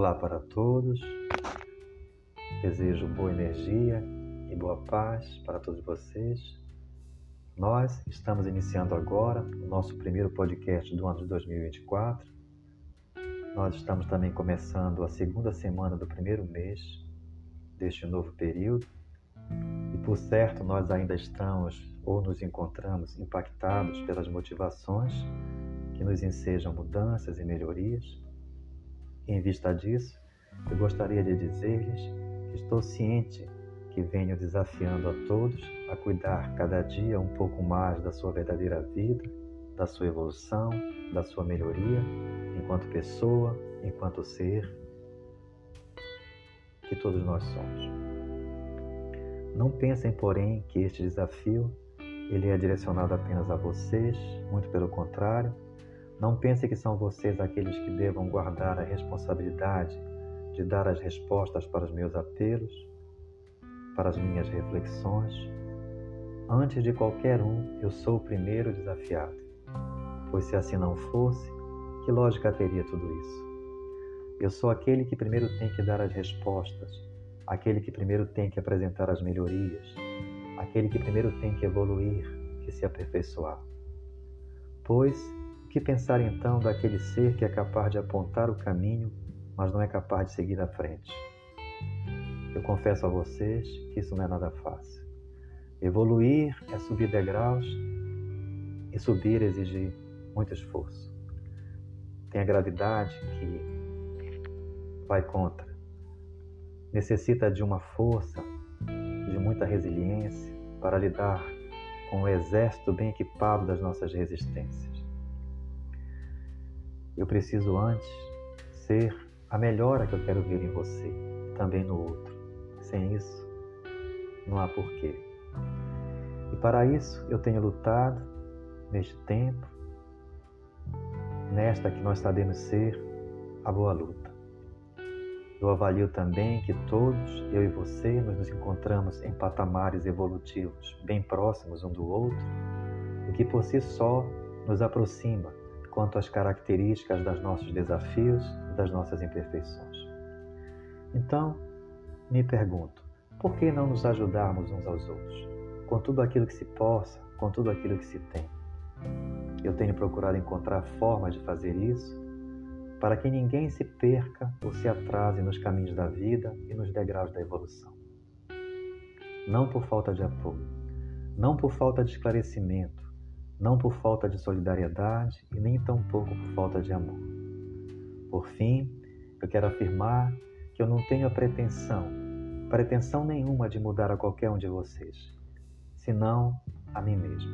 Olá para todos, desejo boa energia e boa paz para todos vocês. Nós estamos iniciando agora o nosso primeiro podcast do ano de 2024. Nós estamos também começando a segunda semana do primeiro mês deste novo período. E por certo, nós ainda estamos ou nos encontramos impactados pelas motivações que nos ensejam mudanças e melhorias. Em vista disso, eu gostaria de dizer-lhes que estou ciente que venho desafiando a todos a cuidar cada dia um pouco mais da sua verdadeira vida, da sua evolução, da sua melhoria, enquanto pessoa, enquanto ser, que todos nós somos. Não pensem, porém, que este desafio ele é direcionado apenas a vocês, muito pelo contrário. Não pensem que são vocês aqueles que devam guardar a responsabilidade de dar as respostas para os meus apelos, para as minhas reflexões. Antes de qualquer um, eu sou o primeiro desafiado, pois se assim não fosse, que lógica teria tudo isso? Eu sou aquele que primeiro tem que dar as respostas, aquele que primeiro tem que apresentar as melhorias, aquele que primeiro tem que evoluir, que se aperfeiçoar. Pois, o que pensar então daquele ser que é capaz de apontar o caminho, mas não é capaz de seguir à frente? Eu confesso a vocês que isso não é nada fácil. Evoluir é subir degraus e subir exige muito esforço. Tem a gravidade que vai contra. Necessita de uma força, de muita resiliência para lidar com o exército bem equipado das nossas resistências. Eu preciso antes ser a melhora que eu quero ver em você, também no outro. Sem isso, não há porquê. E para isso eu tenho lutado neste tempo, nesta que nós sabemos ser a boa luta. Eu avalio também que todos, eu e você, nos encontramos em patamares evolutivos bem próximos um do outro, o que por si só nos aproxima quanto às características dos nossos desafios e das nossas imperfeições. Então, me pergunto, por que não nos ajudarmos uns aos outros? Com tudo aquilo que se possa, com tudo aquilo que se tem. Eu tenho procurado encontrar formas de fazer isso para que ninguém se perca ou se atrase nos caminhos da vida e nos degraus da evolução. Não por falta de apoio, não por falta de esclarecimento, não por falta de solidariedade e nem tampouco por falta de amor. Por fim, eu quero afirmar que eu não tenho a pretensão nenhuma de mudar a qualquer um de vocês, senão a mim mesmo.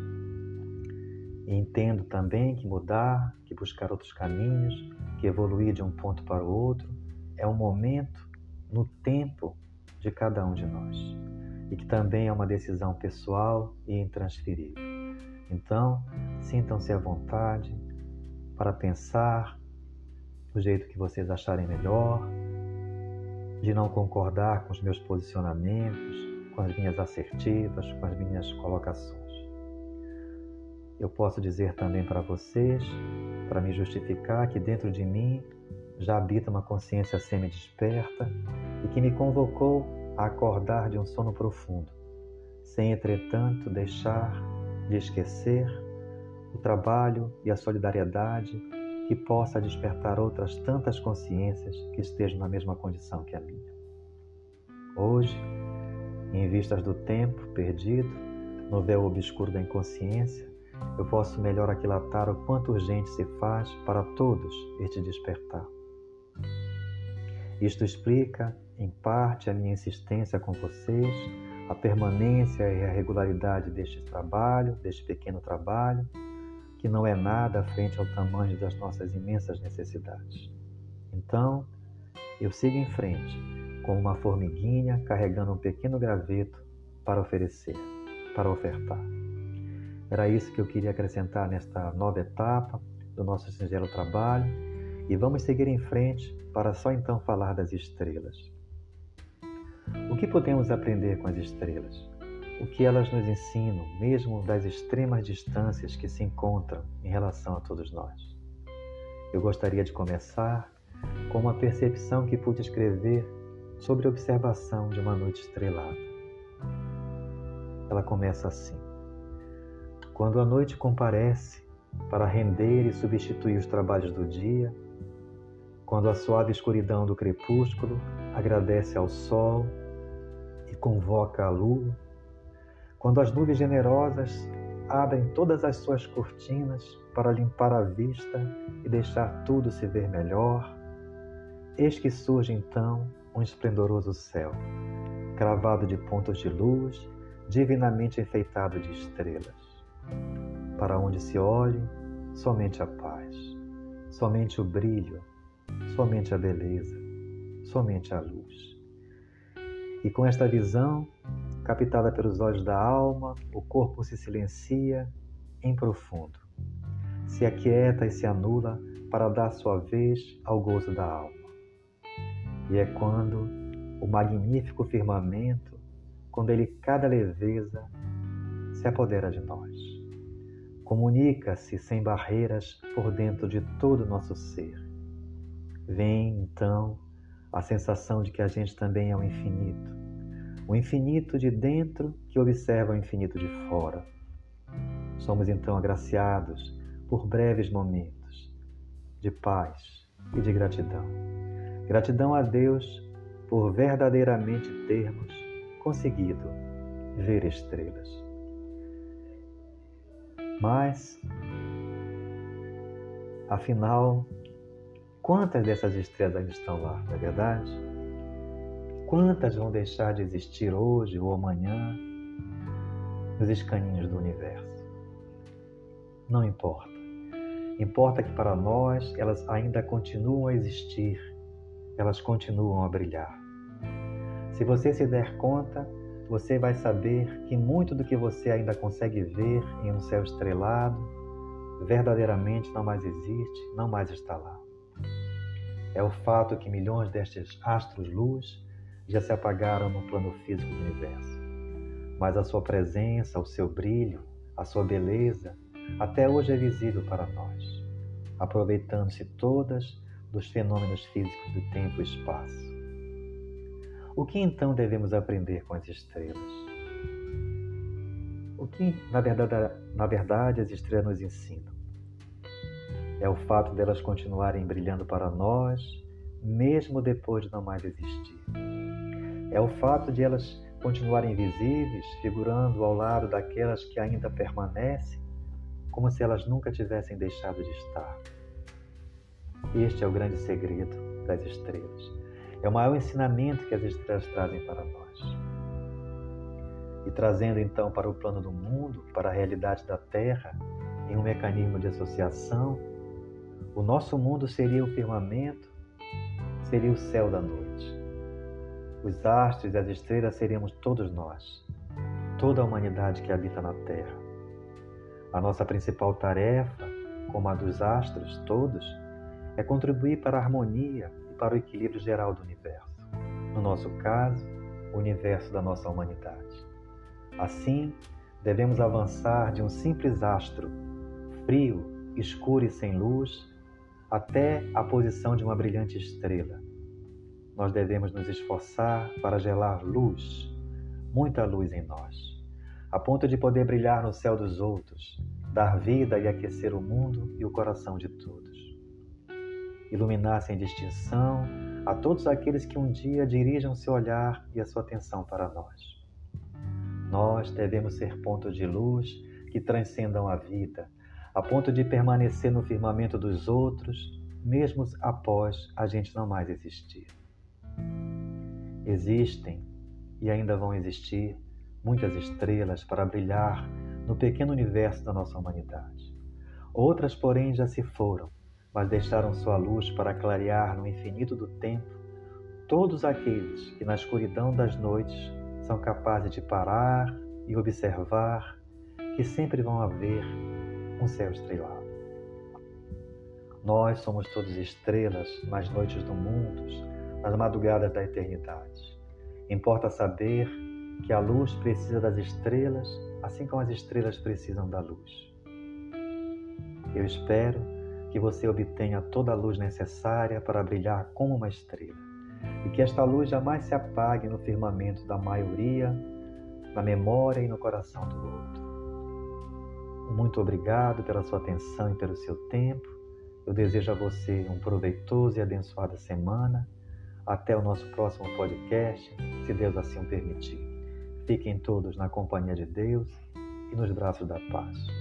E entendo também que mudar, que buscar outros caminhos, que evoluir de um ponto para o outro, é um momento no tempo de cada um de nós. E que também é uma decisão pessoal e intransferível. Então, sintam-se à vontade para pensar do jeito que vocês acharem melhor, de não concordar com os meus posicionamentos, com as minhas assertivas, com as minhas colocações. Eu posso dizer também para vocês, para me justificar, que dentro de mim já habita uma consciência semi-desperta e que me convocou a acordar de um sono profundo, sem, entretanto, deixar de esquecer o trabalho e a solidariedade que possa despertar outras tantas consciências que estejam na mesma condição que a minha. Hoje, em vistas do tempo perdido, no véu obscuro da inconsciência, eu posso melhor aquilatar o quanto urgente se faz para todos este despertar. Isto explica, em parte, a minha insistência com vocês, a permanência e a regularidade deste trabalho, deste pequeno trabalho, que não é nada frente ao tamanho das nossas imensas necessidades. Então, eu sigo em frente, como uma formiguinha carregando um pequeno graveto para oferecer, para ofertar. Era isso que eu queria acrescentar nesta nova etapa do nosso singelo trabalho e vamos seguir em frente para só então falar das estrelas. O que podemos aprender com as estrelas? O que elas nos ensinam, mesmo das extremas distâncias que se encontram em relação a todos nós? Eu gostaria de começar com uma percepção que pude escrever sobre a observação de uma noite estrelada. Ela começa assim: quando a noite comparece para render e substituir os trabalhos do dia, quando a suave escuridão do crepúsculo agradece ao sol e convoca a lua, quando as nuvens generosas abrem todas as suas cortinas para limpar a vista e deixar tudo se ver melhor, eis que surge então um esplendoroso céu, cravado de pontos de luz, divinamente enfeitado de estrelas, para onde se olhe somente a paz, somente o brilho, somente a beleza, somente a luz. E com esta visão, captada pelos olhos da alma, o corpo se silencia em profundo, se aquieta e se anula para dar sua vez ao gozo da alma. E é quando o magnífico firmamento, com delicada leveza, se apodera de nós. Comunica-se sem barreiras por dentro de todo o nosso ser. Vem, então, a sensação de que a gente também é o infinito de dentro que observa o infinito de fora. Somos então agraciados por breves momentos de paz e de gratidão. Gratidão a Deus por verdadeiramente termos conseguido ver estrelas. Mas, afinal, quantas dessas estrelas ainda estão lá, não é verdade? Quantas vão deixar de existir hoje ou amanhã nos escaninhos do universo? Não importa. Importa que para nós elas ainda continuam a existir, elas continuam a brilhar. Se você se der conta, você vai saber que muito do que você ainda consegue ver em um céu estrelado, verdadeiramente não mais existe, não mais está lá. É o fato que milhões destes astros-luz já se apagaram no plano físico do universo. Mas a sua presença, o seu brilho, a sua beleza, até hoje é visível para nós, aproveitando-se todas dos fenômenos físicos do tempo e espaço. O que então devemos aprender com as estrelas? O que, na verdade, as estrelas nos ensinam? É o fato delas continuarem brilhando para nós, mesmo depois de não mais existir. É o fato de elas continuarem visíveis, figurando ao lado daquelas que ainda permanecem, como se elas nunca tivessem deixado de estar. Este é o grande segredo das estrelas. É o maior ensinamento que as estrelas trazem para nós. E trazendo então para o plano do mundo, para a realidade da Terra, em um mecanismo de associação, o nosso mundo seria o firmamento, seria o céu da noite. Os astros e as estrelas seríamos todos nós, toda a humanidade que habita na Terra. A nossa principal tarefa, como a dos astros todos, é contribuir para a harmonia e para o equilíbrio geral do universo. No nosso caso, o universo da nossa humanidade. Assim, devemos avançar de um simples astro, frio, escuro e sem luz, até a posição de uma brilhante estrela. Nós devemos nos esforçar para gerar luz, muita luz em nós, a ponto de poder brilhar no céu dos outros, dar vida e aquecer o mundo e o coração de todos. Iluminar sem distinção a todos aqueles que um dia dirijam seu olhar e a sua atenção para nós. Nós devemos ser pontos de luz que transcendam a vida, a ponto de permanecer no firmamento dos outros, mesmo após a gente não mais existir. Existem e ainda vão existir muitas estrelas para brilhar no pequeno universo da nossa humanidade. Outras, porém, já se foram, mas deixaram sua luz para clarear no infinito do tempo todos aqueles que na escuridão das noites são capazes de parar e observar que sempre vão haver um céu estrelado. Nós somos todos estrelas nas noites do mundo, nas madrugadas da eternidade. Importa saber que a luz precisa das estrelas, assim como as estrelas precisam da luz. Eu espero que você obtenha toda a luz necessária para brilhar como uma estrela. E que esta luz jamais se apague no firmamento da maioria, na memória e no coração do outro. Muito obrigado pela sua atenção e pelo seu tempo. Eu desejo a você um proveitoso e abençoada semana. Até o nosso próximo podcast, se Deus assim o permitir. Fiquem todos na companhia de Deus e nos braços da paz.